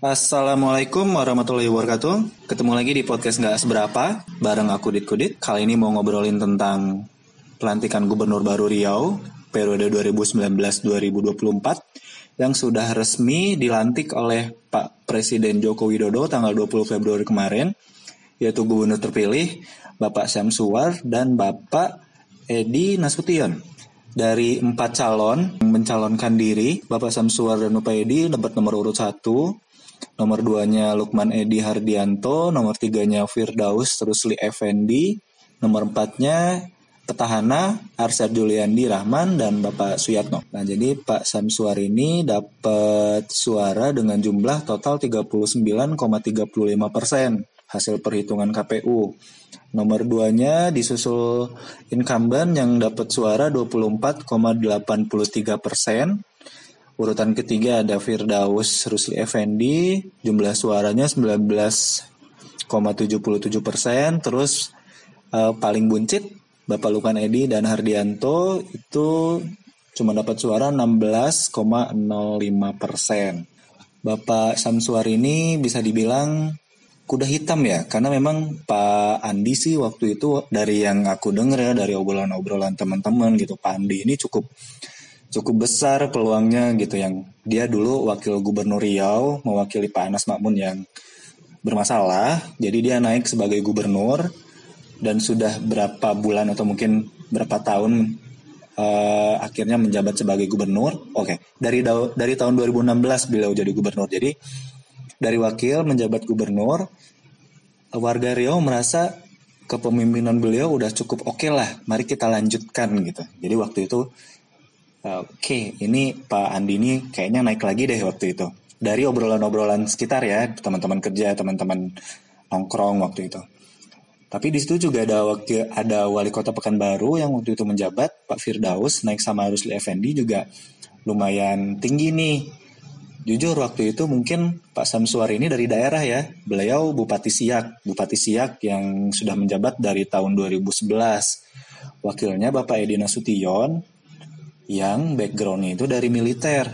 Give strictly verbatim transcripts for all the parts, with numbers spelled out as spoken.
Assalamualaikum warahmatullahi wabarakatuh. Ketemu lagi di podcast Nggak Seberapa bareng aku Dit Kudit. Kali ini mau ngobrolin tentang pelantikan Gubernur baru Riau periode dua ribu sembilan belas sampai dua ribu dua puluh empat yang sudah resmi dilantik oleh Pak Presiden Joko Widodo tanggal dua puluh Februari kemarin, yaitu Gubernur terpilih Bapak Syamsuar dan Bapak Edi Nasution. Dari empat calon yang mencalonkan diri, Bapak Syamsuar dan Bapak Edi dapat nomor urut satu. Nomor duanya Lukman Edi Hardianto, nomor tiganya Firdaus Rusli Effendi, nomor empatnya petahana Arsyad Juliandi Rahman dan Bapak Suyatno. Nah, jadi Pak Syamsuar ini dapat suara dengan jumlah total tiga puluh sembilan koma tiga lima persen hasil perhitungan K P U. Nomor duanya disusul incumbent yang dapat suara dua puluh empat koma delapan tiga persen. Urutan ketiga ada Firdaus Rusli Effendi, jumlah suaranya sembilan belas koma tujuh tujuh persen. Terus uh, paling buncit Bapak Lukman Edi dan Hardianto itu cuma dapat suara enam belas koma nol lima persen. Bapak Syamsuar ini bisa dibilang kuda hitam ya, karena memang Pak Andi sih waktu itu dari yang aku denger ya, dari obrolan-obrolan teman-teman gitu, Pak Andi ini cukup cukup besar peluangnya gitu, yang dia dulu wakil gubernur Riau mewakili Pak Anas Makmun yang bermasalah, jadi dia naik sebagai gubernur dan sudah berapa bulan atau mungkin berapa tahun uh, akhirnya menjabat sebagai gubernur. Oke, dari dari tahun dua ribu enam belas beliau jadi gubernur. Jadi dari wakil menjabat gubernur, warga Riau merasa kepemimpinan beliau udah cukup oke okay lah, mari kita lanjutkan gitu. Jadi waktu itu Oke, okay, ini Pak Andi ini kayaknya naik lagi deh waktu itu. Dari obrolan-obrolan sekitar ya, teman-teman kerja, teman-teman nongkrong waktu itu. Tapi di situ juga ada wakil, ada wali kota Pekanbaru yang waktu itu menjabat, Pak Firdaus, naik sama Rusli Effendi juga lumayan tinggi nih. Jujur waktu itu mungkin Pak Syamsuar ini dari daerah ya. Beliau Bupati Siak, Bupati Siak yang sudah menjabat dari tahun dua ribu sebelas. Wakilnya Bapak Edi Nasution yang backgroundnya itu dari militer.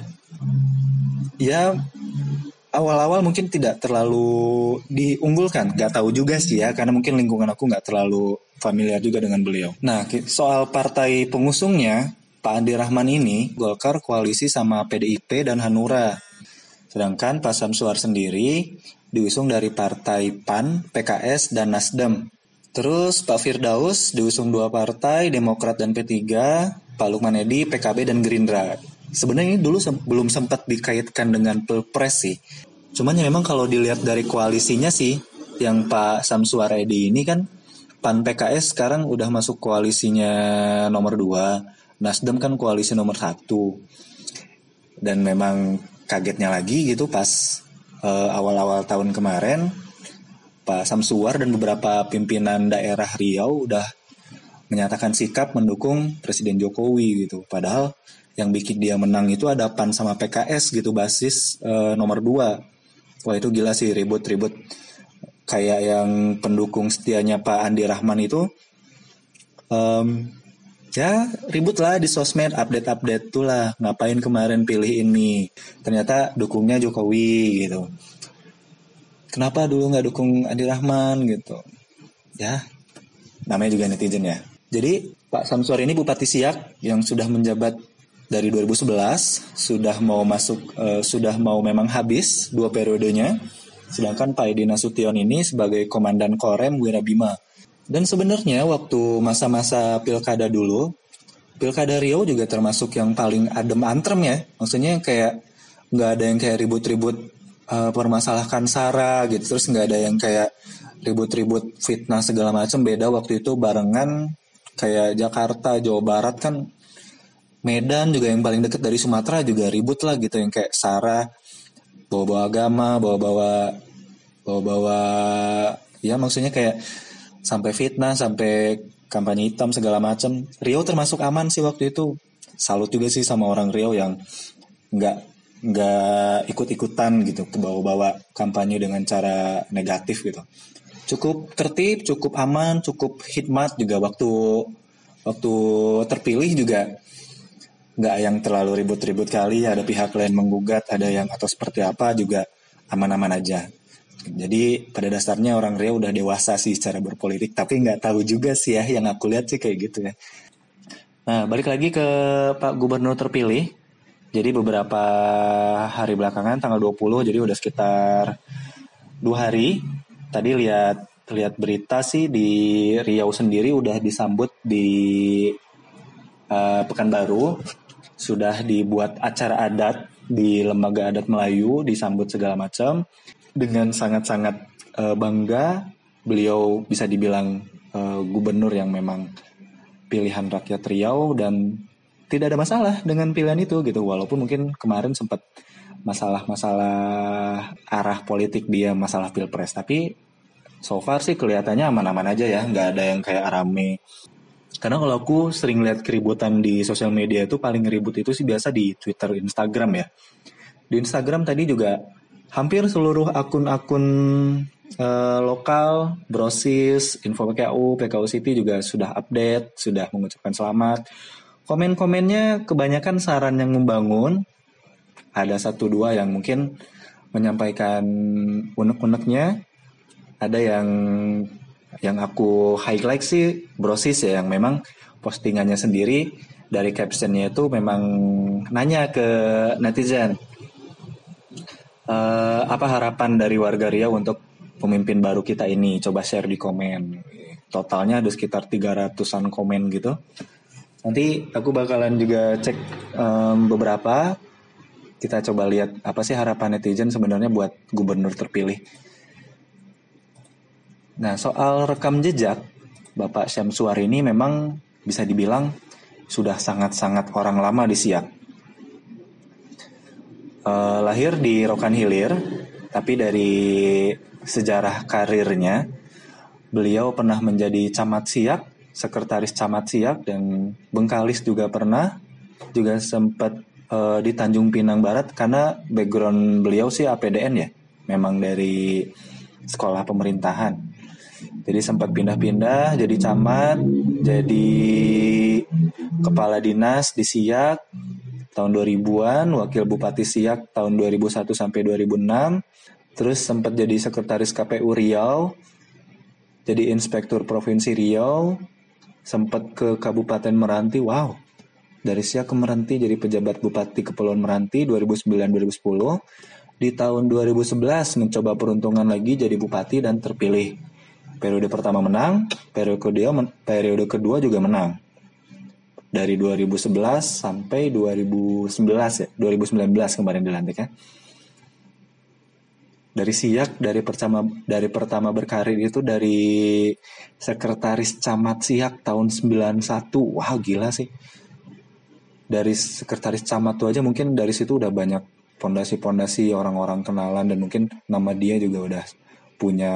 Ya awal-awal mungkin tidak terlalu diunggulkan, gak tahu juga sih ya, karena mungkin lingkungan aku gak terlalu familiar juga dengan beliau. Nah, soal partai pengusungnya, Pak Andi Rahman ini Golkar koalisi sama P D I P dan Hanura. Sedangkan Pak Syamsuar sendiri diusung dari partai P A N, P K S, dan Nasdem. Terus Pak Firdaus diusung dua partai, Demokrat dan P tiga, Pak Lukman Edi, P K B dan Gerindra. Sebenarnya ini dulu se- belum sempat dikaitkan dengan Pilpres sih. Cuman ya memang kalau dilihat dari koalisinya sih, yang Pak Syamsuar Edi ini kan P A N P K S sekarang udah masuk koalisinya nomor dua, Nasdem kan koalisi nomor satu. Dan memang kagetnya lagi gitu pas uh, awal-awal tahun kemarin, Pak Syamsuar dan beberapa pimpinan daerah Riau udah menyatakan sikap mendukung Presiden Jokowi gitu. Padahal yang bikin dia menang itu ada P A N sama P K S gitu, basis e, nomor dua. Wah itu gila sih, ribut-ribut. Kayak yang pendukung setianya Pak Andi Rahman itu um, ya ribut lah di sosmed, update-update tuh lah, ngapain kemarin pilih ini, ternyata dukungnya Jokowi gitu. Kenapa dulu gak dukung Andi Rahman gitu. Ya namanya juga netizen ya. Jadi Pak Syamsuar ini Bupati Siak yang sudah menjabat dari dua ribu sebelas, sudah mau masuk, uh, sudah mau memang habis dua periodenya. Sedangkan Pak Edi Nasution ini sebagai Komandan Korem Wirabima. Dan sebenarnya waktu masa-masa pilkada dulu, pilkada Riau juga termasuk yang paling adem antrem ya. Maksudnya kayak nggak ada yang kayak ribut-ribut uh, permasalahkan sara gitu. Terus nggak ada yang kayak ribut-ribut fitnah segala macam. Beda waktu itu barengan kayak Jakarta, Jawa Barat kan, Medan juga yang paling dekat dari Sumatera juga ribut lah gitu, yang kayak sara, bawa-bawa agama, bawa-bawa bawa-bawa ya maksudnya kayak sampai fitnah, sampai kampanye hitam segala macam. Riau termasuk aman sih waktu itu. Salut juga sih sama orang Riau yang nggak nggak ikut-ikutan gitu ke bawa-bawa kampanye dengan cara negatif gitu. Cukup tertib, cukup aman, cukup hikmat juga waktu waktu terpilih juga nggak yang terlalu ribut-ribut kali, ada pihak lain menggugat, ada yang atau seperti apa juga aman-aman aja. Jadi pada dasarnya orang Riau udah dewasa sih secara berpolitik, tapi nggak tahu juga sih ya, yang aku lihat sih kayak gitu ya. Nah, balik lagi ke Pak Gubernur terpilih. Jadi beberapa hari belakangan tanggal dua puluh, jadi udah sekitar dua hari. Tadi lihat lihat berita sih di Riau sendiri udah disambut di uh, Pekanbaru, sudah dibuat acara adat di Lembaga Adat Melayu, disambut segala macam dengan sangat-sangat uh, bangga. Beliau bisa dibilang uh, gubernur yang memang pilihan rakyat Riau dan tidak ada masalah dengan pilihan itu gitu, walaupun mungkin kemarin sempat masalah-masalah arah politik dia, masalah pilpres, tapi so far sih kelihatannya aman-aman aja ya, nggak ada yang kayak rame. Karena kalau aku sering lihat keributan di sosial media itu paling ribut itu sih biasa di Twitter, Instagram ya. Di Instagram tadi juga hampir seluruh akun-akun uh, lokal, Brosis, Info P K U, P K U City juga sudah update, sudah mengucapkan selamat. Komen-komennya kebanyakan saran yang membangun. Ada satu dua yang mungkin menyampaikan unek-uneknya. Ada yang yang aku highlight sih Brosis ya, yang memang postingannya sendiri dari captionnya itu memang nanya ke netizen. Uh, apa harapan dari warga Riau untuk pemimpin baru kita ini? Coba share di komen. Totalnya ada sekitar tiga ratusan komen gitu. Nanti aku bakalan juga cek um, beberapa. Kita coba lihat apa sih harapan netizen sebenarnya buat gubernur terpilih. Nah, soal rekam jejak Bapak Syamsuar ini memang bisa dibilang sudah sangat-sangat orang lama di Siak. Uh, lahir di Rokan Hilir, tapi dari sejarah karirnya beliau pernah menjadi camat Siak, sekretaris camat Siak, dan Bengkalis juga pernah, juga sempat uh, di Tanjung Pinang Barat karena background beliau sih A P D N ya, memang dari sekolah pemerintahan. Jadi sempat pindah-pindah jadi camat, jadi kepala dinas di Siak tahun dua ribuan, wakil bupati Siak tahun dua ribu satu sampai dua ribu enam, terus sempat jadi sekretaris K P U Riau, jadi inspektur provinsi Riau, sempat ke Kabupaten Meranti. Wow, dari Siak ke Meranti jadi pejabat bupati Kepulauan Meranti dua ribu sembilan sampai dua ribu sepuluh. Di tahun dua ribu sebelas mencoba peruntungan lagi jadi bupati dan terpilih. Periode pertama menang, periode kedua, periode kedua juga menang. Dari dua ribu sebelas sampai dua ribu sembilan belas ya, dua ribu sembilan belas kemarin dilantik ya. Dari Siak, dari pertama dari pertama berkarir itu dari sekretaris camat Siak tahun sembilan puluh satu. Wah, gila sih. Dari sekretaris camat tuh aja mungkin dari situ udah banyak pondasi-pondasi orang-orang kenalan, dan mungkin nama dia juga udah punya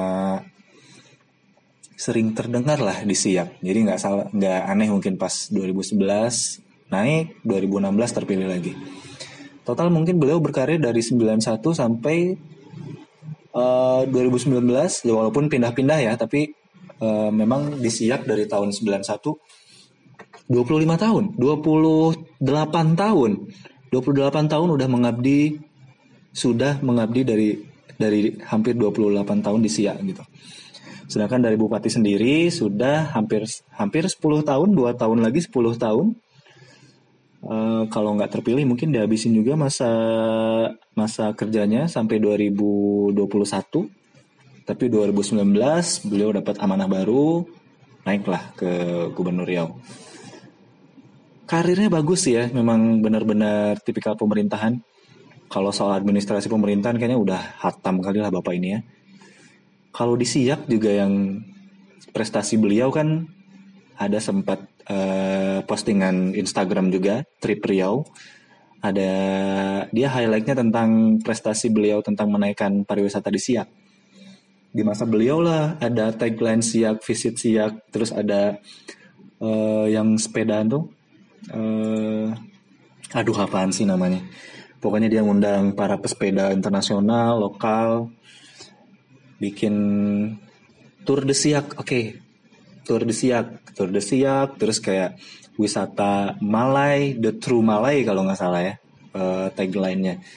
sering terdengar lah di Siak. Jadi nggak salah, nggak aneh mungkin pas dua ribu sebelas naik, dua ribu enam belas terpilih lagi. Total mungkin beliau berkarir dari sembilan puluh satu sampai uh, dua ribu sembilan belas, ya walaupun pindah-pindah ya, tapi uh, memang di Siak dari tahun sembilan puluh satu, dua puluh lima tahun, dua puluh delapan tahun, dua puluh delapan tahun udah mengabdi, sudah mengabdi dari dari hampir dua puluh delapan tahun di Siak gitu. Sedangkan dari bupati sendiri sudah hampir hampir sepuluh tahun, dua tahun lagi sepuluh tahun. Uh, kalau nggak terpilih mungkin dihabisin juga masa masa kerjanya sampai dua ribu dua puluh satu. Tapi dua ribu sembilan belas beliau dapat amanah baru, naiklah ke Gubernur Riau. Karirnya bagus ya, memang benar-benar tipikal pemerintahan. Kalau soal administrasi pemerintahan kayaknya udah hatam kali lah Bapak ini ya. Kalau di Siak juga yang prestasi beliau kan ada sempat uh, postingan Instagram juga, Trip Riau. Ada dia highlightnya tentang prestasi beliau tentang menaikkan pariwisata di Siak. Di masa beliau lah ada tagline Siak, visit Siak, terus ada uh, yang sepedaan tuh. Uh, aduh apaan sih namanya? Pokoknya dia ngundang para pesepeda internasional, lokal, bikin tour de Siak, oke, okay. tour de Siak, tour de Siak, terus kayak wisata Malai, the true Malai kalau nggak salah ya, uh, tagline-nya.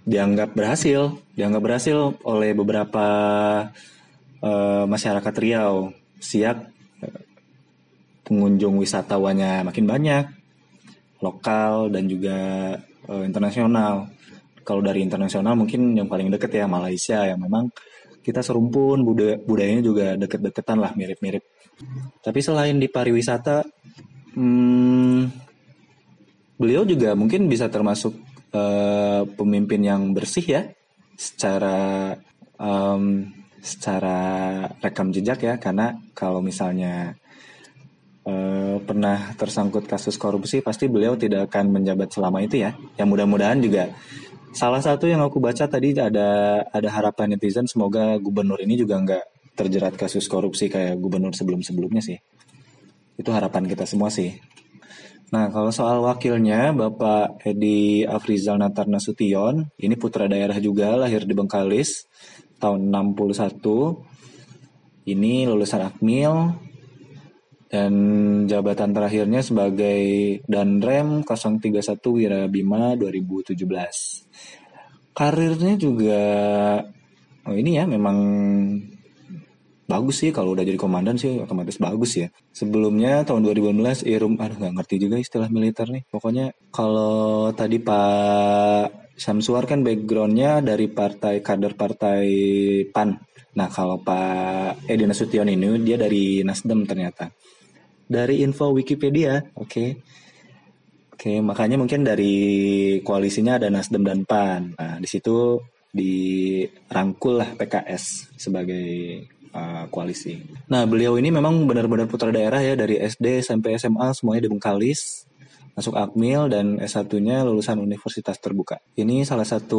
dianggap berhasil, dianggap berhasil oleh beberapa uh, masyarakat Riau. Siak uh, pengunjung wisatawannya makin banyak, lokal dan juga uh, internasional. Kalau dari internasional mungkin yang paling deket ya Malaysia, yang memang kita serumpun, budaya, budayanya juga deket-deketan lah, mirip-mirip. Tapi selain di pariwisata, hmm, beliau juga mungkin bisa termasuk uh, pemimpin yang bersih ya, secara um, secara rekam jejak ya, karena kalau misalnya uh, pernah tersangkut kasus korupsi, pasti beliau tidak akan menjabat selama itu ya. Yang mudah-mudahan juga. Salah satu yang aku baca tadi ada ada harapan netizen semoga gubernur ini juga nggak terjerat kasus korupsi kayak gubernur sebelum-sebelumnya sih. Itu harapan kita semua sih. Nah, kalau soal wakilnya Bapak Edi Afrizal Natar Nasution, ini putra daerah juga, lahir di Bengkalis tahun enam puluh satu. Ini lulusan Akmil dan jabatan terakhirnya sebagai Danrem nol tiga satu Wirabima dua ribu tujuh belas. Karirnya juga oh ini ya memang bagus sih, kalau udah jadi komandan sih otomatis bagus ya. Sebelumnya tahun dua ribu enam belas Irum, aduh nggak ngerti juga istilah militer nih. Pokoknya kalau tadi Pak Syamsuar kan backgroundnya dari partai kader partai P A N. Nah kalau Pak Edi Nasution ini dia dari Nasdem ternyata. Dari info Wikipedia, oke. Okay. Oke, makanya mungkin dari koalisinya ada Nasdem dan P A N. Nah, di situ dirangkul lah P K S sebagai uh, koalisi. Nah, beliau ini memang benar-benar putra daerah ya, dari S D sampai S M A semuanya di Bengkalis. Masuk Akmil dan S satu-nya lulusan Universitas Terbuka. Ini salah satu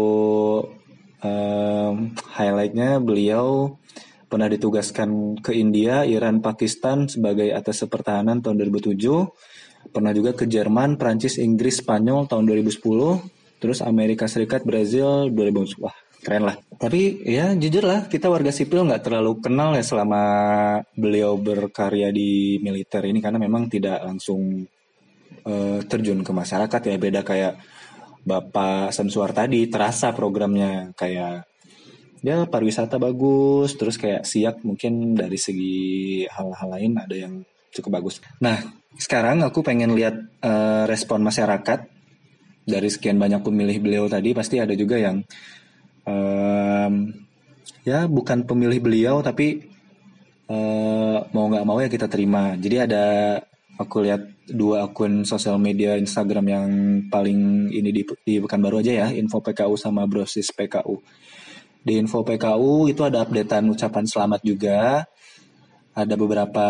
um, highlight-nya beliau pernah ditugaskan ke India, Iran, Pakistan sebagai atas pertahanan tahun dua ribu tujuh. Pernah juga ke Jerman, Prancis, Inggris, Spanyol tahun dua ribu sepuluh. Terus Amerika Serikat, Brazil dua ribu sepuluh. Wah, keren lah. Tapi ya jujur lah, kita warga sipil nggak terlalu kenal ya selama beliau berkarya di militer ini. Karena memang tidak langsung uh, terjun ke masyarakat ya. Beda kayak Bapak Syamsuar tadi, terasa programnya kayak ya pariwisata bagus, terus kayak Siak mungkin dari segi hal-hal lain ada yang cukup bagus. Nah, sekarang aku pengen lihat uh, respon masyarakat dari sekian banyak pemilih beliau tadi. Pasti ada juga yang um, ya bukan pemilih beliau tapi uh, mau nggak mau ya kita terima. Jadi ada aku lihat dua akun sosial media Instagram yang paling ini di, di Pekanbaru aja ya, Info P K U sama Brosis P K U. Di Info P K U itu ada updatean ucapan selamat juga. Ada beberapa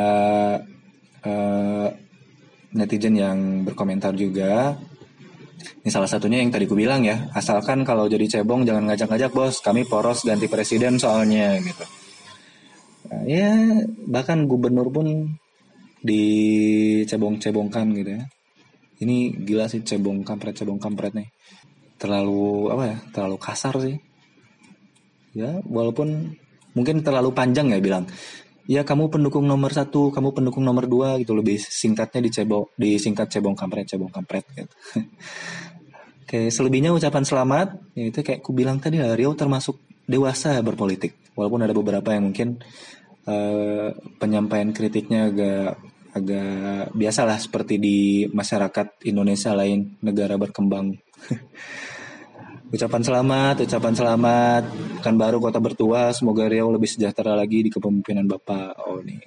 uh, netizen yang berkomentar juga. Ini salah satunya yang tadi ku bilang ya, asalkan kalau jadi cebong jangan ngajak-ngajak bos, kami poros ganti presiden soalnya gitu. Nah, ya bahkan gubernur pun dicebong-cebongkan gitu ya. Ini gila sih, cebong kampret cebong kampret nih. Terlalu apa ya? Terlalu kasar sih. Ya walaupun mungkin terlalu panjang ya bilang. Ya kamu pendukung nomor satu, kamu pendukung nomor dua gitu, lebih singkatnya dicebong, disingkat cebong kampret, cebong kampret gitu. Oke, selebihnya ucapan selamat, ya itu kayak ku bilang tadi lah, Riau termasuk dewasa berpolitik. Walaupun ada beberapa yang mungkin uh, penyampaian kritiknya agak agak biasalah seperti di masyarakat Indonesia lain, negara berkembang. Ucapan selamat, ucapan selamat, Pekanbaru kota bertua, semoga Riau lebih sejahtera lagi di kepemimpinan Bapak. Oh nih.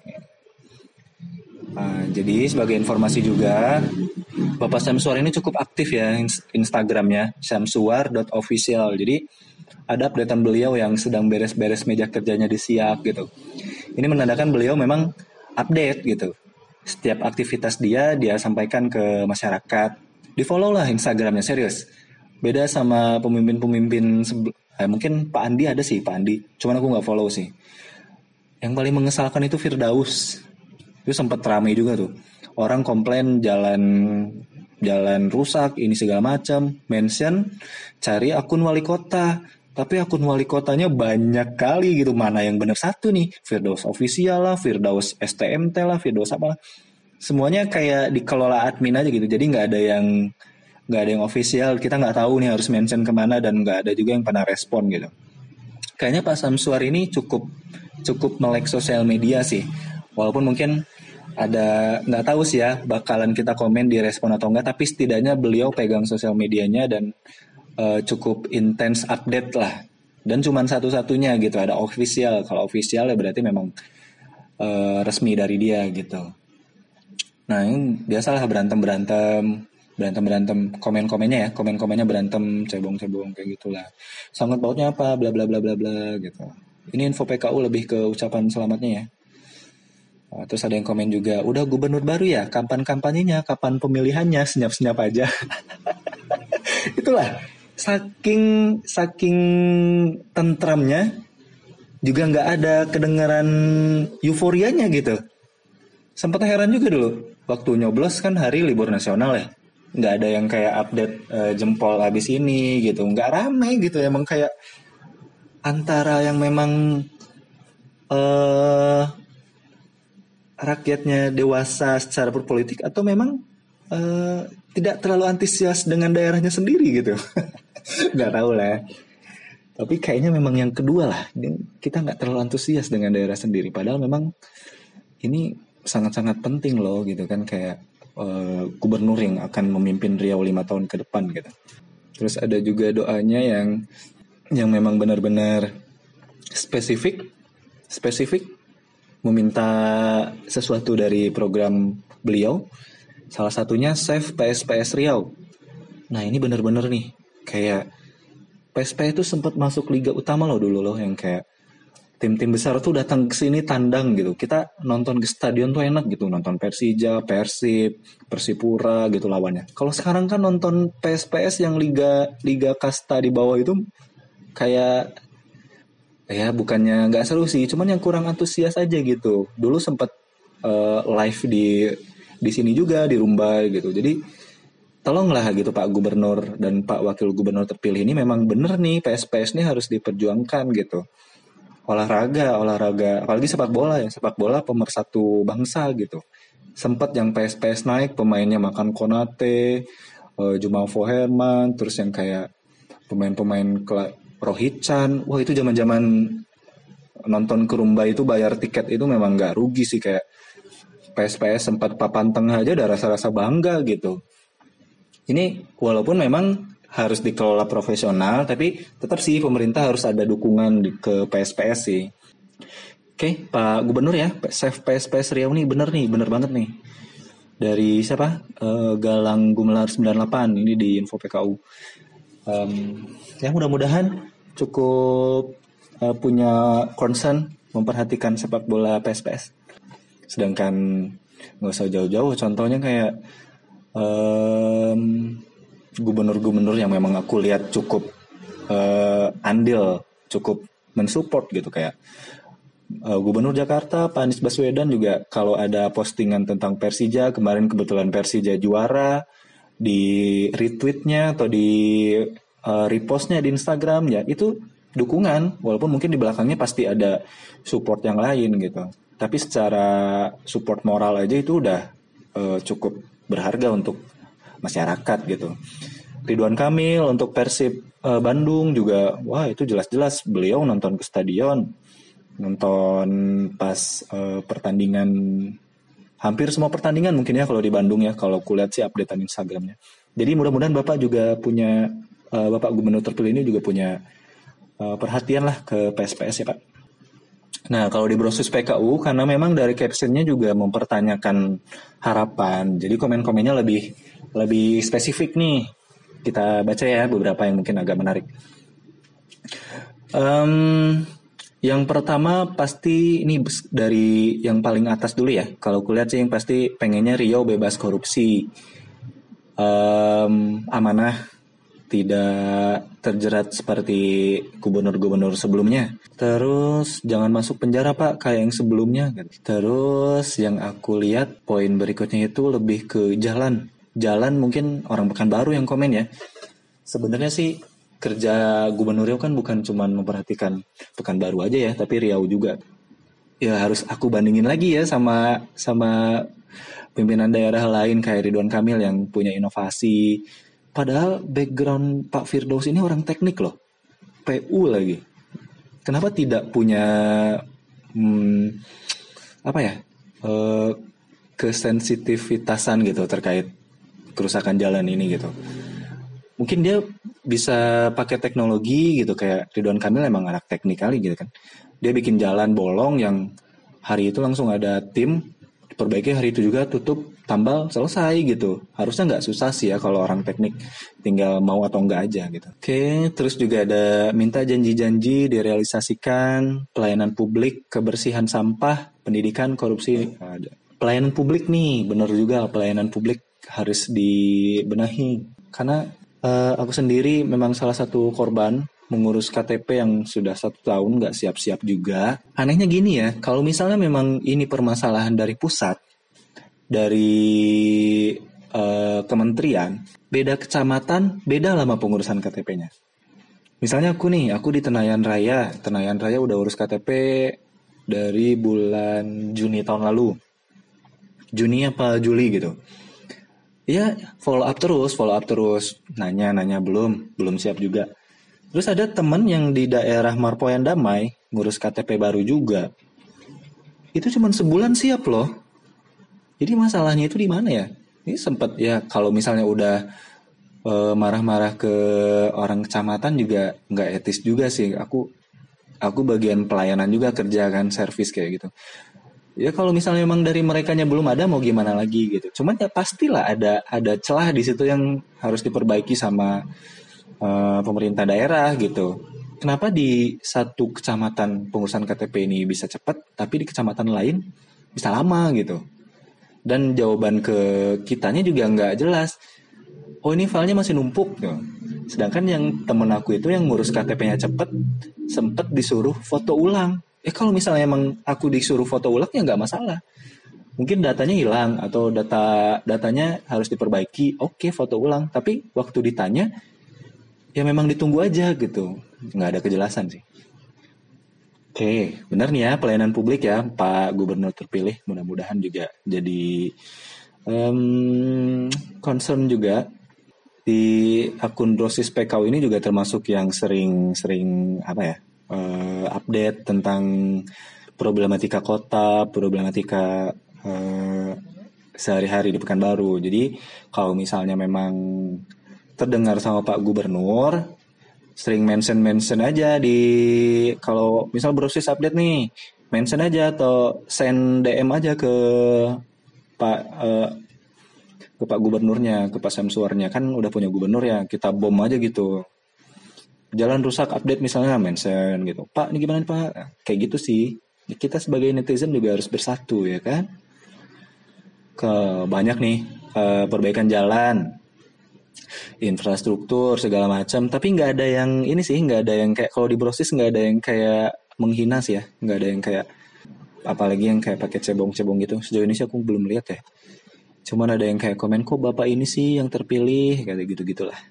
Nah, jadi sebagai informasi juga, Bapak Syamsuar ini cukup aktif ya Instagramnya, syamsuar dot official. Jadi ada updatean beliau yang sedang beres-beres meja kerjanya di Siak gitu. Ini menandakan beliau memang update gitu. Setiap aktivitas dia, dia sampaikan ke masyarakat. Di follow lah Instagramnya, serius. Beda sama pemimpin-pemimpin sebel- eh, mungkin Pak Andi ada sih, Pak Andi. Cuman aku nggak follow sih. Yang paling mengesalkan itu Firdaus. Itu sempat ramai juga tuh. Orang komplain jalan jalan rusak, ini segala macam. Mention cari akun wali kota. Tapi akun wali kotanya banyak kali gitu. Mana yang benar satu nih? Firdaus official lah, Firdaus S T M T lah, Firdaus apa lah. Semuanya kayak dikelola admin aja gitu. Jadi nggak ada yang nggak ada yang official, kita nggak tahu nih harus mention kemana, dan nggak ada juga yang pernah respon gitu. Kayaknya Pak Samsuar ini cukup cukup melek sosial media sih, walaupun mungkin ada nggak tahu sih ya bakalan kita komen di respon atau enggak, tapi setidaknya beliau pegang sosial medianya dan uh, cukup intens update lah, dan cuman satu-satunya gitu ada official. Kalau official ya berarti memang uh, resmi dari dia gitu. Nah ini biasalah berantem-berantem berantem-berantem komen-komennya ya, komen-komennya berantem, cebong-cebong kayak gitulah. Sangkut pautnya apa, bla bla bla bla bla gitu. Ini info P K U lebih ke ucapan selamatnya ya. Nah, terus ada yang komen juga, udah gubernur baru ya, kapan kampanyenya, kapan pemilihannya, senyap-senyap aja. Itulah, saking saking tentramnya juga nggak ada kedengaran euforianya gitu. Sempat heran juga dulu, waktu nyoblos kan hari libur nasional ya, nggak ada yang kayak update uh, jempol habis ini gitu, nggak rame gitu, emang kayak antara yang memang uh, rakyatnya dewasa secara berpolitik atau memang uh, tidak terlalu antusias dengan daerahnya sendiri gitu. Nggak tahu lah. Tapi kayaknya memang yang kedua lah, kita nggak terlalu antusias dengan daerah sendiri. Padahal memang ini sangat-sangat penting loh gitu kan, kayak uh, gubernur yang akan memimpin Riau lima tahun ke depan gitu. Terus ada juga doanya yang yang memang benar-benar spesifik, spesifik meminta sesuatu dari program beliau. Salah satunya Save P S P S Riau. Nah ini benar-benar nih, kayak P S P S itu sempat masuk liga utama loh dulu loh, yang kayak tim-tim besar tuh datang ke sini tandang gitu. Kita nonton ke stadion tuh enak gitu, nonton Persija, Persib, Persipura gitu lawannya. Kalau sekarang kan nonton P S P S yang liga liga kasta di bawah itu kayak ya bukannya nggak seru sih, cuman yang kurang antusias aja gitu. Dulu sempat uh, live di di sini juga di Rumbai gitu. Jadi tolonglah gitu Pak Gubernur dan Pak Wakil Gubernur terpilih ini, memang bener nih P S P S ini harus diperjuangkan gitu. Olahraga, olahraga, apalagi sepak bola ya, sepak bola pemersatu bangsa gitu. Sempat yang P S P S naik, pemainnya makan Konate, uh, Jumalvo Herman, terus yang kayak pemain-pemain kela- Rohit Chan, wah itu zaman-zaman nonton ke Rumbai itu bayar tiket itu memang nggak rugi sih, kayak P S P S sempat papan tengah aja udah rasa-rasa bangga gitu. Ini walaupun memang harus dikelola profesional, tapi tetap sih pemerintah harus ada dukungan di, ke P S P S sih. Oke, Pak Gubernur ya, Save P S P S Riau nih bener nih, bener banget nih. Dari siapa? Uh, Galang Gumelar sembilan puluh delapan, ini di info P K U. Um, ya mudah-mudahan cukup uh, punya concern memperhatikan sepak bola P S P S. Sedangkan nggak usah jauh-jauh, contohnya kayak um, gubernur-gubernur yang memang aku lihat cukup uh, andil, cukup mensupport gitu, kayak uh, Gubernur Jakarta Pak Anies Baswedan juga kalau ada postingan tentang Persija, kemarin kebetulan Persija juara, di retweetnya atau di uh, repostnya di Instagram ya itu dukungan, walaupun mungkin di belakangnya pasti ada support yang lain gitu, tapi secara support moral aja itu udah uh, cukup berharga untuk masyarakat gitu. Ridwan Kamil untuk Persib uh, Bandung juga, wah itu jelas-jelas beliau nonton ke stadion, nonton pas uh, pertandingan, hampir semua pertandingan mungkin ya kalau di Bandung ya, kalau kulihat sih updatean Instagramnya. Jadi mudah-mudahan Bapak juga punya, uh, Bapak Gubernur terpilih ini juga punya uh, perhatian lah ke P S P S ya Pak. Nah kalau di Brosus P K U, karena memang dari captionnya juga mempertanyakan harapan, jadi komen-komennya lebih lebih spesifik nih. Kita baca ya beberapa yang mungkin agak menarik. Um, yang pertama pasti ini dari yang paling atas dulu ya. Kalau kulihat sih yang pasti pengennya Riau bebas korupsi, um, amanah, tidak terjerat seperti gubernur-gubernur sebelumnya. Terus jangan masuk penjara Pak kayak yang sebelumnya. Terus yang aku lihat poin berikutnya itu lebih ke jalan. Jalan mungkin orang Pekanbaru yang komen ya. Sebenarnya sih kerja Gubernur Riau kan bukan cuma memperhatikan Pekanbaru aja ya, tapi Riau juga. Ya harus aku bandingin lagi ya sama sama pimpinan daerah lain kayak Ridwan Kamil yang punya inovasi, Padahal background Pak Firdaus ini orang teknik loh, P U lagi. Kenapa tidak punya hmm, apa ya uh, kesensitivitasan gitu terkait kerusakan jalan ini gitu? Mungkin dia bisa pakai teknologi gitu, kayak Ridwan Kamil emang anak teknik kali gitu kan. Dia bikin jalan bolong yang hari itu langsung ada tim diperbaiki, hari itu juga tutup, tambal, selesai gitu. Harusnya nggak susah sih ya kalau orang teknik, tinggal mau atau enggak aja gitu. Oke, terus juga ada minta janji-janji direalisasikan, pelayanan publik, kebersihan sampah, pendidikan, korupsi. Ada. Pelayanan publik nih, bener juga pelayanan publik harus dibenahi. Karena uh, aku sendiri memang salah satu korban mengurus K T P yang sudah satu tahun nggak siap-siap juga. Anehnya gini ya, kalau misalnya memang ini permasalahan dari pusat, dari uh, kementerian, beda kecamatan, beda lama pengurusan K T P-nya. Misalnya aku nih, aku di Tenayan Raya, Tenayan Raya udah urus K T P dari bulan Juni tahun lalu, Juni apa Juli gitu. Ya follow up terus, follow up terus, nanya-nanya belum, belum siap juga. Terus ada teman yang di daerah Marpoyan Damai ngurus K T P baru juga. Itu cuma sebulan siap loh. Jadi masalahnya itu di mana ya? Ini sempat ya kalau misalnya udah e, marah-marah ke orang kecamatan juga nggak etis juga sih. Aku aku bagian pelayanan juga, kerja kan, servis kayak gitu. Ya kalau misalnya memang dari merekanya belum ada, mau gimana lagi gitu. Cuman ya pastilah ada ada celah di situ yang harus diperbaiki sama uh, pemerintah daerah gitu. Kenapa di satu kecamatan pengurusan K T P ini bisa cepat, tapi di kecamatan lain bisa lama gitu. Dan jawaban ke kitanya juga nggak jelas. Oh ini filenya masih numpuk gitu. Sedangkan yang temen aku itu yang ngurus K T P-nya cepet, sempet disuruh foto ulang. Eh kalau misalnya emang aku disuruh foto ulang ya nggak masalah. Mungkin datanya hilang atau data datanya harus diperbaiki. Oke, foto ulang. Tapi waktu ditanya ya memang ditunggu aja gitu. Nggak ada kejelasan sih. Oke, benar nih ya pelayanan publik ya Pak Gubernur terpilih. Mudah-mudahan juga jadi um, concern juga. Di akun Dosis P K U ini juga termasuk yang sering-sering apa ya? Uh, update tentang problematika kota, problematika uh, sehari-hari di Pekanbaru. Jadi kalau misalnya memang terdengar sama Pak Gubernur, sering mention-mention aja di kalau misal Brosis update nih, mention aja atau send D M aja ke Pak uh, ke Pak Gubernurnya, ke Pak Samsuarnya, kan udah punya gubernur ya, kita bom aja gitu. Jalan rusak update misalnya mention gitu. Pak, ini gimana Pak? Kayak gitu sih. Kita sebagai netizen juga harus bersatu ya kan. Ke banyak nih uh, perbaikan jalan, infrastruktur segala macam. Tapi nggak ada yang ini sih, nggak ada yang kayak kalau di Brosis nggak ada yang kayak menghina sih ya. Nggak ada yang kayak apalagi yang kayak pakai cebong-cebong gitu. Sejauh ini sih aku belum lihat ya. Cuman ada yang kayak komen kok bapak ini sih yang terpilih kayak gitu-gitulah.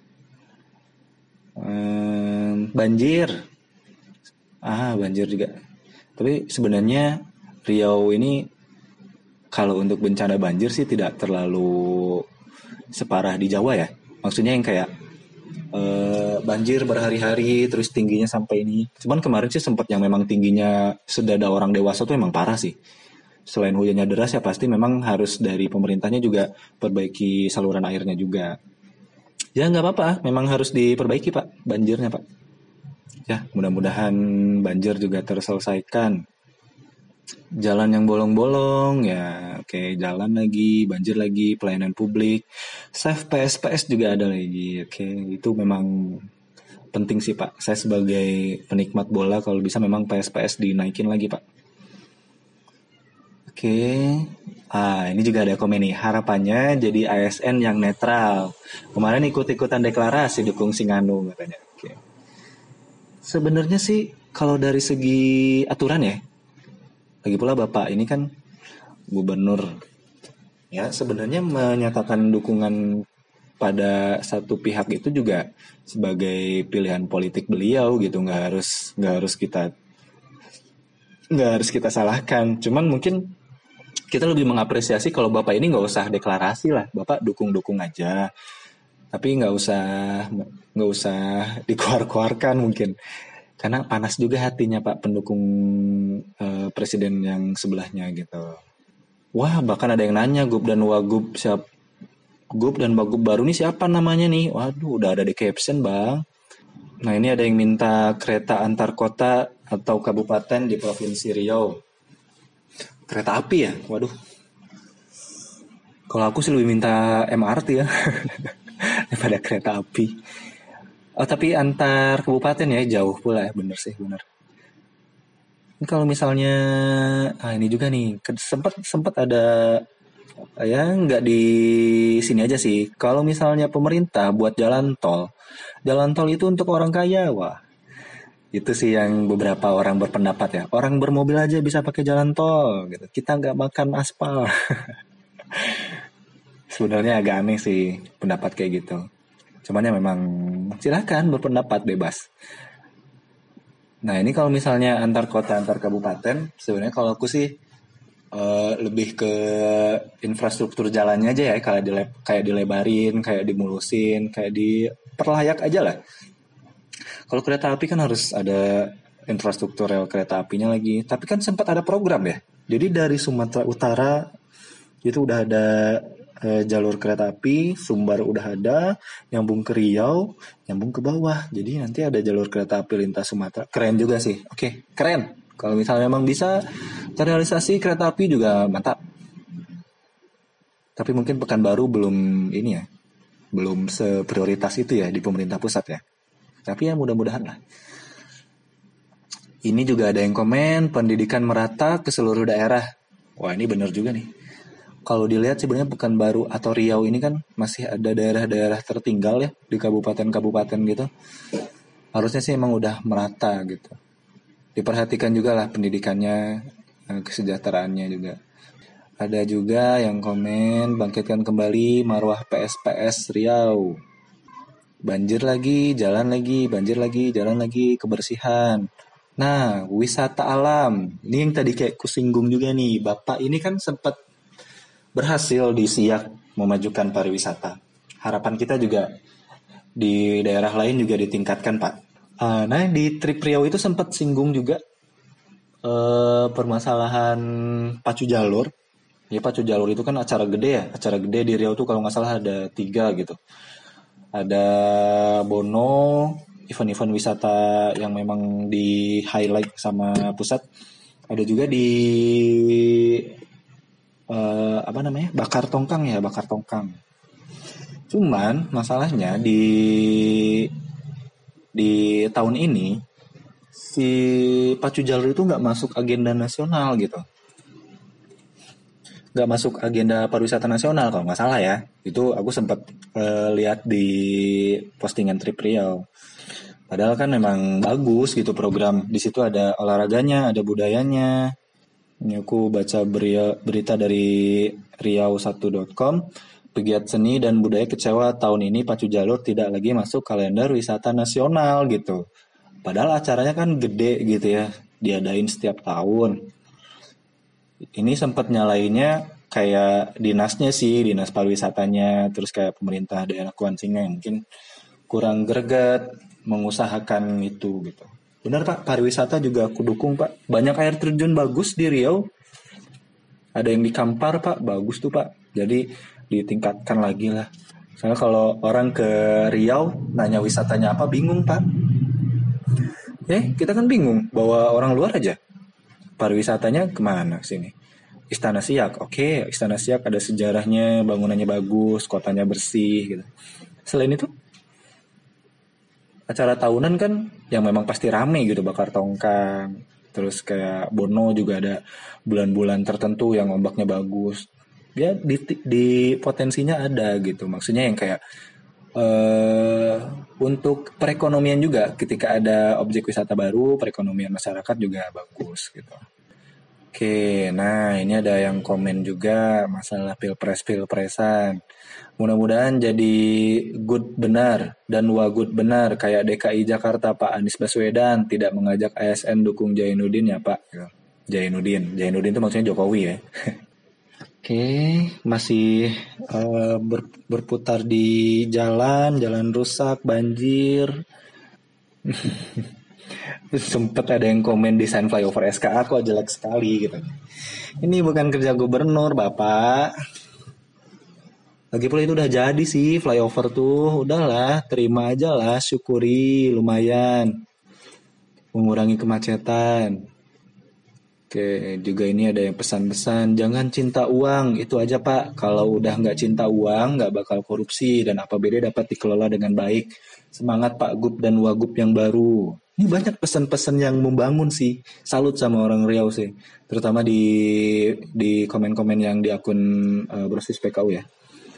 Hmm, banjir, ah banjir juga. Tapi sebenarnya Riau ini kalau untuk bencana banjir sih tidak terlalu separah di Jawa ya. Maksudnya yang kayak uh, banjir berhari-hari terus tingginya sampai ini. Cuman kemarin sih sempat yang memang tingginya sedada orang dewasa tuh emang parah sih. Selain hujannya deras ya pasti memang harus dari pemerintahnya juga perbaiki saluran airnya juga. Ya nggak apa-apa, memang harus diperbaiki Pak, banjirnya Pak. Ya mudah-mudahan banjir juga terselesaikan. Jalan yang bolong-bolong ya, oke jalan lagi, banjir lagi, pelayanan publik, save P S P S juga ada lagi, oke itu memang penting sih Pak. Saya sebagai penikmat bola kalau bisa memang P S P S dinaikin lagi Pak. Oke, ah ini juga ada komen nih, harapannya jadi A S N yang netral. Kemarin ikut-ikutan deklarasi dukung Singanung katanya. Oke. Sebenarnya sih kalau dari segi aturan ya, lagi pula Bapak ini kan gubernur, ya sebenarnya menyatakan dukungan pada satu pihak itu juga sebagai pilihan politik beliau gitu, nggak harus nggak harus kita nggak harus kita salahkan. Cuman mungkin kita lebih mengapresiasi kalau Bapak ini nggak usah deklarasi lah, Bapak dukung-dukung aja. Tapi nggak usah nggak usah dikeluar-keluarkan mungkin, karena panas juga hatinya Pak pendukung eh, presiden yang sebelahnya gitu. Wah, bahkan ada yang nanya Gub dan Wagub siap Gub dan Wagub baru nih siapa namanya nih? Waduh, udah ada di caption Bang. Nah, ini ada yang minta kereta antar kota atau kabupaten di Provinsi Riau. Kereta api ya? Waduh. Kalau aku sih lebih minta M R T ya daripada kereta api. Oh, tapi antar kabupaten ya jauh pula ya, bener sih, bener. Ini kalau misalnya, ah ini juga nih, sempat sempat ada ya nggak di sini aja sih. Kalau misalnya pemerintah buat jalan tol, jalan tol itu untuk orang kaya, wah itu sih yang beberapa orang berpendapat ya. Orang bermobil aja bisa pakai jalan tol, gitu. Kita nggak makan aspal. Sebenarnya agak aneh sih pendapat kayak gitu. Cuman ya memang silahkan berpendapat bebas. Nah ini kalau misalnya antar kota antar kabupaten, sebenarnya kalau aku sih uh, lebih ke infrastruktur jalannya aja ya, kayak dile kayak dilebarin, kayak dimulusin, kayak diperlayak aja lah. Kalau kereta api kan harus ada infrastruktur rel kereta apinya lagi. Tapi kan sempat ada program ya. Jadi dari Sumatera Utara itu udah ada eh, jalur kereta api, Sumbar udah ada, nyambung ke Riau, nyambung ke bawah. Jadi nanti ada jalur kereta api lintas Sumatera. Keren juga sih. Oke, keren. Kalau misalnya memang bisa terrealisasi kereta api juga mantap. Tapi mungkin Pekanbaru belum ini ya. Belum seprioritas itu ya di pemerintah pusat ya. Tapi ya mudah-mudahan lah. Ini juga ada yang komen pendidikan merata ke seluruh daerah. Wah ini benar juga nih. Kalau dilihat sebenarnya Pekanbaru atau Riau ini kan masih ada daerah-daerah tertinggal ya di kabupaten-kabupaten gitu. Harusnya sih emang udah merata gitu. Diperhatikan juga lah pendidikannya, kesejahteraannya juga. Ada juga yang komen bangkitkan kembali marwah P S P S Riau. Banjir lagi, jalan lagi, banjir lagi, jalan lagi, kebersihan. Nah, wisata alam. Ini yang tadi kayak kusinggung juga nih. Bapak ini kan sempat berhasil di Siak memajukan pariwisata. Harapan kita juga di daerah lain juga ditingkatkan, Pak. Uh, nah, di trip Riau itu sempat singgung juga uh, permasalahan pacu jalur. Ya, pacu jalur itu kan acara gede ya. Acara gede di Riau tuh kalau nggak salah ada tiga gitu. Ada Bono, event-event wisata yang memang di highlight sama pusat. Ada juga di uh, apa namanya, bakar tongkang ya, bakar tongkang. Cuman masalahnya di di tahun ini si pacu jalur itu nggak masuk agenda nasional gitu. Nggak masuk agenda pariwisata nasional kalau nggak salah ya. Itu aku sempat uh, lihat di postingan Trip Riau. Padahal kan memang bagus gitu program. Di situ ada olahraganya, ada budayanya. Ini aku baca berita dari riau satu dot com. Pegiat seni dan budaya kecewa tahun ini pacu jalur tidak lagi masuk kalender wisata nasional gitu. Padahal acaranya kan gede gitu ya. Diadain setiap tahun. Ini sempat nyalainnya kayak dinasnya sih, dinas pariwisatanya, terus kayak pemerintah daerah Kuansinga yang mungkin kurang greget mengusahakan itu gitu. Benar Pak, pariwisata juga aku dukung Pak. Banyak air terjun bagus di Riau. Ada yang di Kampar Pak, bagus tuh Pak. Jadi ditingkatkan lagi lah. Soalnya kalau orang ke Riau nanya wisatanya apa bingung Pak. Eh kita kan bingung, bawa orang luar aja. Pariwisatanya kemana sini? Istana Siak, oke, Istana Siak ada sejarahnya, bangunannya bagus, kotanya bersih gitu. Selain itu, acara tahunan kan yang memang pasti rame gitu, bakar tongkang, terus kayak Bono juga ada bulan-bulan tertentu yang ombaknya bagus. Ya di, di potensinya ada gitu, maksudnya yang kayak uh, untuk perekonomian juga, ketika ada objek wisata baru, perekonomian masyarakat juga bagus gitu. Oke, nah ini ada yang komen juga masalah pilpres-pilpresan. Mudah-mudahan jadi good benar dan wagut benar kayak D K I Jakarta Pak Anies Baswedan tidak mengajak A S N dukung Jainuddin ya Pak. Jainuddin, Jainuddin itu maksudnya Jokowi ya. Oke, masih uh, ber- berputar di jalan, jalan rusak, banjir. Sempet ada yang komen desain flyover S K A kok jelek sekali gitu. Ini bukan kerja gubernur, Bapak. Lagi pula itu udah jadi sih flyover tuh. Udahlah, terima aja lah, syukuri lumayan. Mengurangi kemacetan. Oke, juga ini ada yang pesan-pesan, jangan cinta uang, itu aja Pak. Kalau udah nggak cinta uang, nggak bakal korupsi dan A P B D dapat dikelola dengan baik. Semangat Pak Gub dan Wagub yang baru. Ini banyak pesan-pesan yang membangun sih. Salut sama orang Riau sih, terutama di di komen-komen yang di akun uh, Brosis P K U ya.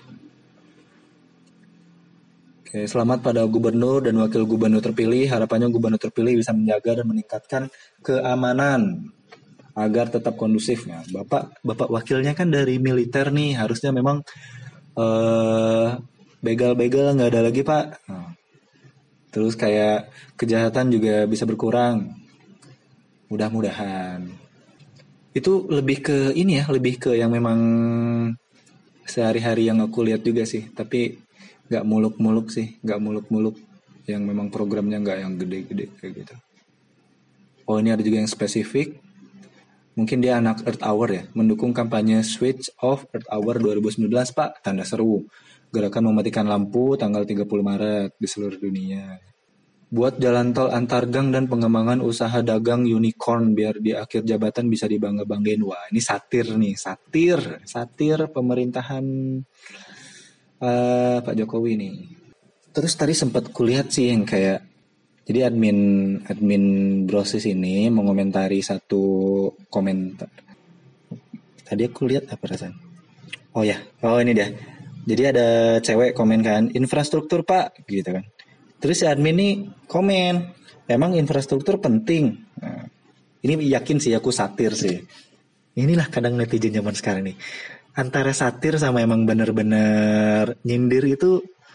Oke, selamat pada gubernur dan wakil gubernur terpilih. Harapannya gubernur terpilih bisa menjaga dan meningkatkan keamanan agar tetap kondusif. Nah, Bapak Bapak wakilnya kan dari militer nih, harusnya memang eh, begal-begal nggak ada lagi Pak. Nah, terus kayak kejahatan juga bisa berkurang. Mudah-mudahan. Itu lebih ke ini ya, lebih ke yang memang sehari-hari yang aku lihat juga sih. Tapi nggak muluk-muluk sih, nggak muluk-muluk. Yang memang programnya nggak yang gede-gede kayak gitu. Oh ini ada juga yang spesifik. Mungkin dia anak Earth Hour ya, mendukung kampanye Switch Off Earth Hour dua ribu sembilan belas Pak, tanda seru. Gerakan mematikan lampu tanggal tiga puluh Maret di seluruh dunia. Buat jalan tol antar gang dan pengembangan usaha dagang unicorn biar di akhir jabatan bisa dibangga-banggain. Wah ini satir nih, satir, satir pemerintahan uh, Pak Jokowi nih. Terus tadi sempat kulihat sih yang kayak jadi admin admin Brosis ini mengomentari satu komentar. Tadi aku lihat apa rasanya? Oh ya, oh ini dia. Jadi ada cewek komen kan, infrastruktur Pak, gitu kan. Terus si admin ini komen, emang infrastruktur penting. Nah, ini yakin sih aku satir sih. Inilah kadang netizen zaman sekarang nih. Antara satir sama emang bener-bener nyindir itu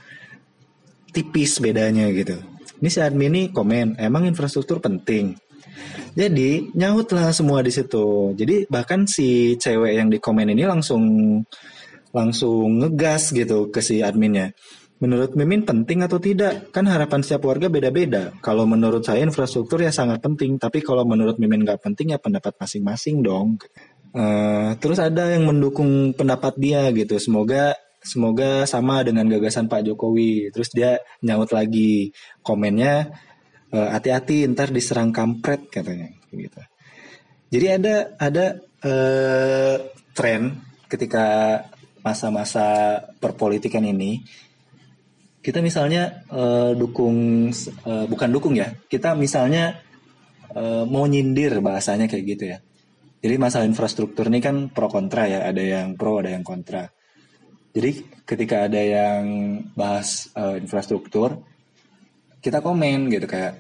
tipis bedanya gitu. Ini si admin ini komen, emang infrastruktur penting. Jadi nyautlah semua di situ. Jadi bahkan si cewek yang di komen ini langsung langsung ngegas gitu ke si adminnya. Menurut Mimin penting atau tidak? Kan harapan setiap warga beda-beda. Kalau menurut saya infrastruktur ya sangat penting. Tapi kalau menurut Mimin nggak penting ya pendapat masing-masing dong. Uh, terus ada yang mendukung pendapat dia gitu. Semoga Semoga sama dengan gagasan Pak Jokowi. Terus dia nyaut lagi komennya, e, hati-hati ntar diserang kampret katanya gitu. Jadi ada ada e, tren ketika masa-masa perpolitikan ini, kita misalnya e, dukung e, bukan dukung ya, kita misalnya e, mau nyindir bahasanya kayak gitu ya. Jadi masalah infrastruktur ini kan pro kontra ya, ada yang pro ada yang kontra. Jadi ketika ada yang bahas uh, infrastruktur, kita komen gitu kayak,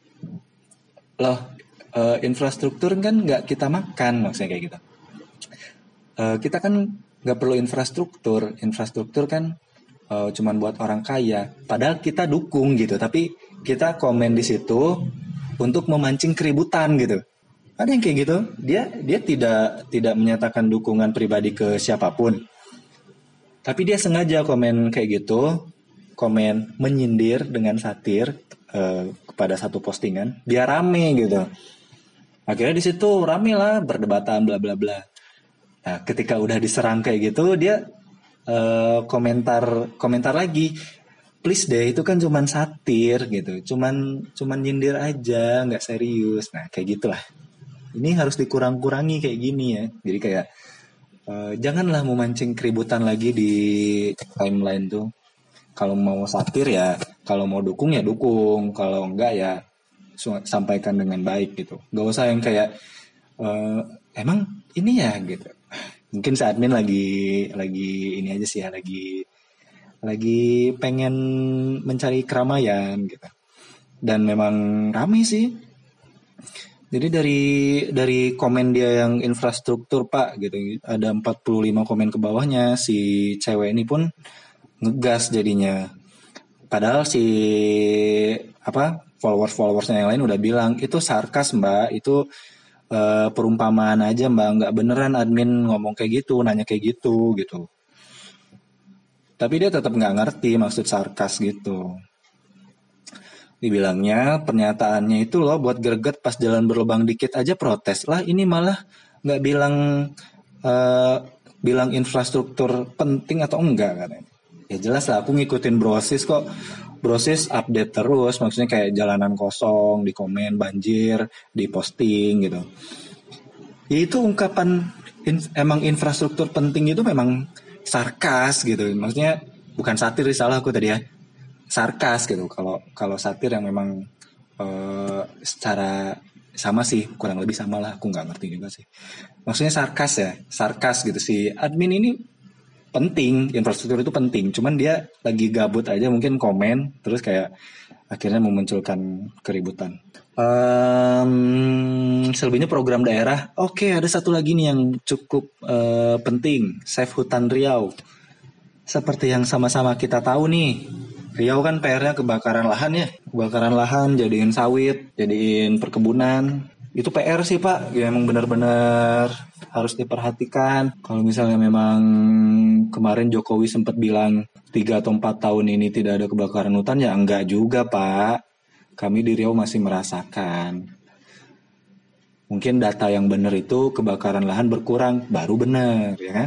loh uh, infrastruktur kan nggak kita makan, maksudnya kayak gitu. Uh, kita kan nggak perlu infrastruktur, infrastruktur kan uh, cuman buat orang kaya. Padahal kita dukung gitu, tapi kita komen di situ untuk memancing keributan gitu. Ada yang kayak gitu, dia dia tidak tidak menyatakan dukungan pribadi ke siapapun. Tapi dia sengaja komen kayak gitu, komen menyindir dengan satir uh, kepada satu postingan, biar rame gitu. Akhirnya di situ rame lah berdebatan bla bla bla. Nah, ketika udah diserang kayak gitu, dia uh, komentar komentar lagi, please deh itu kan cuman satir gitu, cuman cuman nyindir aja, nggak serius. Nah kayak gitulah. Ini harus dikurang-kurangi kayak gini ya. Jadi kayak Uh, janganlah memancing keributan lagi di timeline tuh. Kalau mau satir ya, kalau mau dukung ya dukung, kalau enggak ya sampaikan dengan baik gitu. Gak usah yang kayak uh, emang ini ya gitu. Mungkin si admin lagi lagi ini aja sih ya, lagi lagi pengen mencari keramaian gitu. Dan memang ramai sih. Jadi dari dari komen dia yang infrastruktur Pak gitu, ada empat puluh lima komen ke bawahnya, si cewek ini pun ngegas jadinya. Padahal si apa followers-followersnya yang lain udah bilang itu sarkas Mbak, itu uh, perumpamaan aja mbak, nggak beneran admin ngomong kayak gitu, nanya kayak gitu gitu. Tapi dia tetap nggak ngerti maksud sarkas gitu. Dibilangnya pernyataannya itu loh buat greget, pas jalan berlubang dikit aja protes lah. Ini malah nggak bilang uh, bilang infrastruktur penting atau enggak katanya. Ya jelas lah, aku ngikutin brosis kok. Brosis update terus, maksudnya kayak jalanan kosong, di komen, banjir, di posting gitu. Ya itu ungkapan in, emang infrastruktur penting itu memang sarkas gitu. Maksudnya bukan satir, salah aku tadi ya. Sarkas gitu. Kalau kalau satir yang memang uh, secara sama sih, kurang lebih sama lah, aku nggak ngerti juga sih. Maksudnya sarkas ya, sarkas gitu sih. Admin ini penting, infrastruktur itu penting, cuman dia lagi gabut aja mungkin komen, terus kayak akhirnya memunculkan keributan. Um, selebihnya program daerah. Oke, ada satu lagi nih yang cukup uh, penting, Save Hutan Riau. Seperti yang sama-sama kita tahu nih, Riau kan P R-nya kebakaran lahan ya, kebakaran lahan, jadiin sawit, jadiin perkebunan. Itu P R sih Pak, ya emang benar-benar harus diperhatikan. Kalau misalnya memang kemarin Jokowi sempat bilang tiga atau empat tahun ini tidak ada kebakaran hutan, ya enggak juga Pak. Kami di Riau masih merasakan. Mungkin data yang benar itu kebakaran lahan berkurang, baru benar ya kan.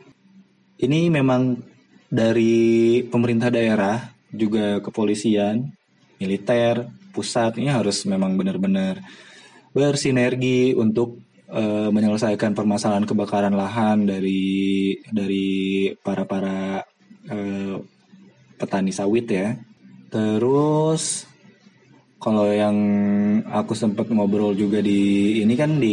Ini memang dari pemerintah daerah, juga kepolisian, militer, pusat, ini harus memang benar-benar bersinergi untuk uh, menyelesaikan permasalahan kebakaran lahan dari dari para para uh, petani sawit ya. Terus kalau yang aku sempat ngobrol juga di ini kan di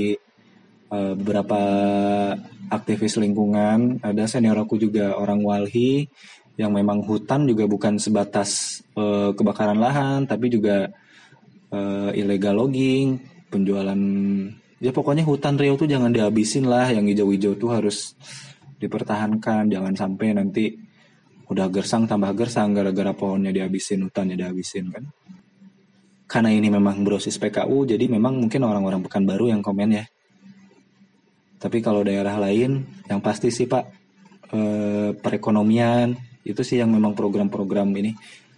uh, beberapa aktivis lingkungan, ada senior aku juga orang Walhi yang memang hutan juga bukan sebatas uh, kebakaran lahan, tapi juga Uh, illegal logging, penjualan, ya pokoknya hutan Riau tuh jangan dihabisin lah, yang hijau-hijau tuh harus dipertahankan, jangan sampai nanti udah gersang tambah gersang gara-gara pohonnya dihabisin, hutannya dihabisin kan. Karena ini memang brosis P K U, jadi memang mungkin orang-orang Pekanbaru yang komen ya. Tapi kalau daerah lain, yang pasti sih Pak, uh, perekonomian itu sih yang memang program-program ini.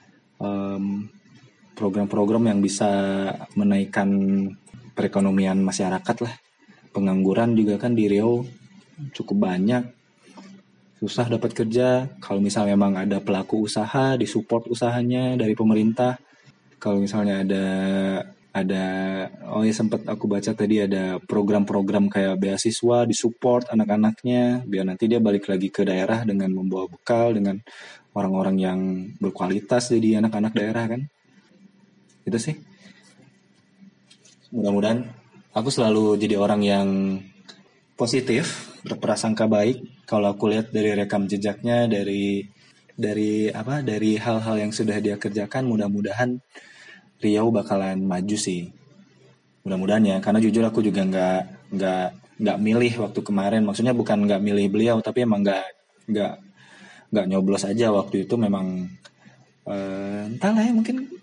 Um, program-program yang bisa menaikkan perekonomian masyarakat lah. Pengangguran juga kan di Riau cukup banyak, susah dapat kerja. Kalau misalnya memang ada pelaku usaha, disupport usahanya dari pemerintah. Kalau misalnya ada ada oh ya sempat aku baca tadi ada program-program kayak beasiswa, disupport anak-anaknya biar nanti dia balik lagi ke daerah dengan membawa bekal, dengan orang-orang yang berkualitas jadi anak-anak daerah kan. Itu sih. Mudah-mudahan aku selalu jadi orang yang positif, berprasangka baik. Kalau aku lihat dari rekam jejaknya, dari dari apa, dari hal-hal yang sudah dia kerjakan, mudah-mudahan Riau bakalan maju sih. Mudah-mudahan ya, karena jujur aku juga nggak nggak nggak milih waktu kemarin. Maksudnya bukan nggak milih beliau, tapi emang nggak nggak nggak nyoblos aja waktu itu. Memang uh, entahlah ya, mungkin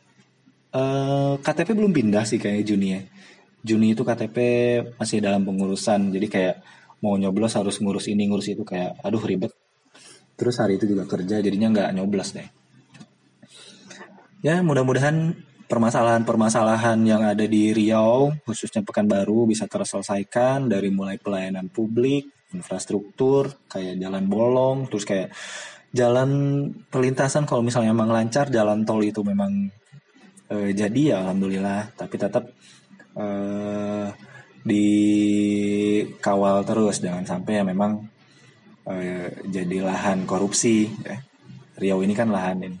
Uh, K T P belum pindah sih kayaknya Juni ya. Juni itu K T P masih dalam pengurusan. Jadi kayak mau nyoblos harus ngurus ini ngurus itu, kayak aduh ribet. Terus hari itu juga kerja, jadinya nggak nyoblos deh. Ya mudah-mudahan permasalahan-permasalahan yang ada di Riau, khususnya Pekanbaru, bisa terselesaikan dari mulai pelayanan publik, infrastruktur, kayak jalan bolong, terus kayak jalan perlintasan kalau misalnya memang lancar, jalan tol itu memang E, jadi ya alhamdulillah, tapi tetap e, dikawal terus, jangan sampai ya memang e, jadi lahan korupsi ya. Riau ini kan lahan ini.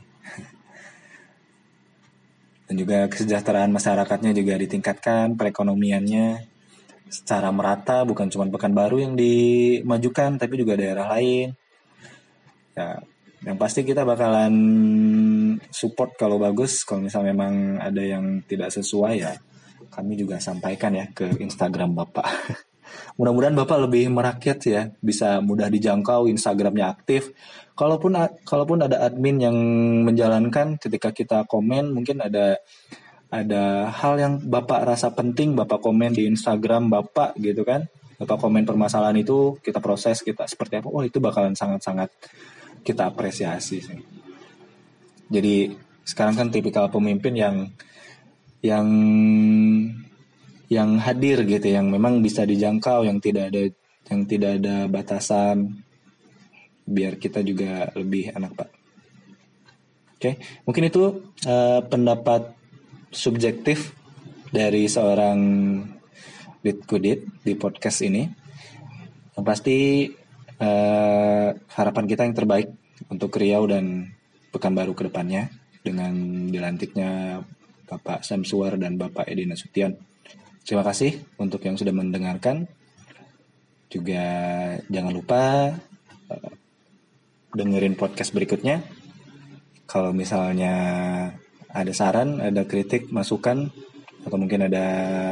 Dan juga kesejahteraan masyarakatnya juga ditingkatkan, perekonomiannya secara merata, bukan cuma Pekanbaru yang dimajukan tapi juga daerah lain ya. Yang pasti kita bakalan support kalau bagus. Kalau misalnya memang ada yang tidak sesuai ya kami juga sampaikan ya ke Instagram Bapak. Mudah-mudahan Bapak lebih merakyat ya, bisa mudah dijangkau, Instagramnya aktif. Kalaupun kalaupun ada admin yang menjalankan, ketika kita komen mungkin ada ada hal yang Bapak rasa penting, Bapak komen di Instagram Bapak gitu kan. Bapak komen permasalahan itu, kita proses, kita seperti apa. Oh, itu bakalan sangat-sangat kita apresiasi sih. Jadi sekarang kan tipikal pemimpin yang yang yang hadir gitu, yang memang bisa dijangkau, yang tidak ada yang tidak ada batasan, biar kita juga lebih enak, Pak. Oke, mungkin itu uh, pendapat subjektif dari seorang Ditkudit di podcast ini. Yang pasti uh, harapan kita yang terbaik untuk Riau dan Pekanbaru ke depannya dengan dilantiknya Bapak Samsuar dan Bapak Edi Nasution. Terima kasih untuk yang sudah mendengarkan. Juga jangan lupa uh, dengerin podcast berikutnya. Kalau misalnya ada saran, ada kritik, masukan, atau mungkin ada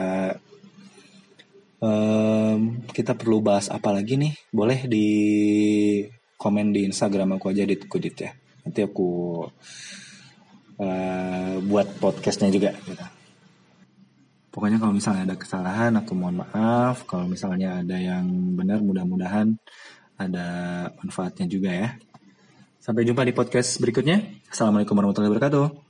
um, kita perlu bahas apa lagi nih, boleh di komen di Instagram aku aja, Ditkudit ya. Nanti aku uh, buat podcastnya juga gitu. Pokoknya kalau misalnya ada kesalahan, aku mohon maaf. Kalau misalnya ada yang benar, mudah-mudahan ada manfaatnya juga ya. Sampai jumpa di podcast berikutnya. Assalamualaikum warahmatullahi wabarakatuh.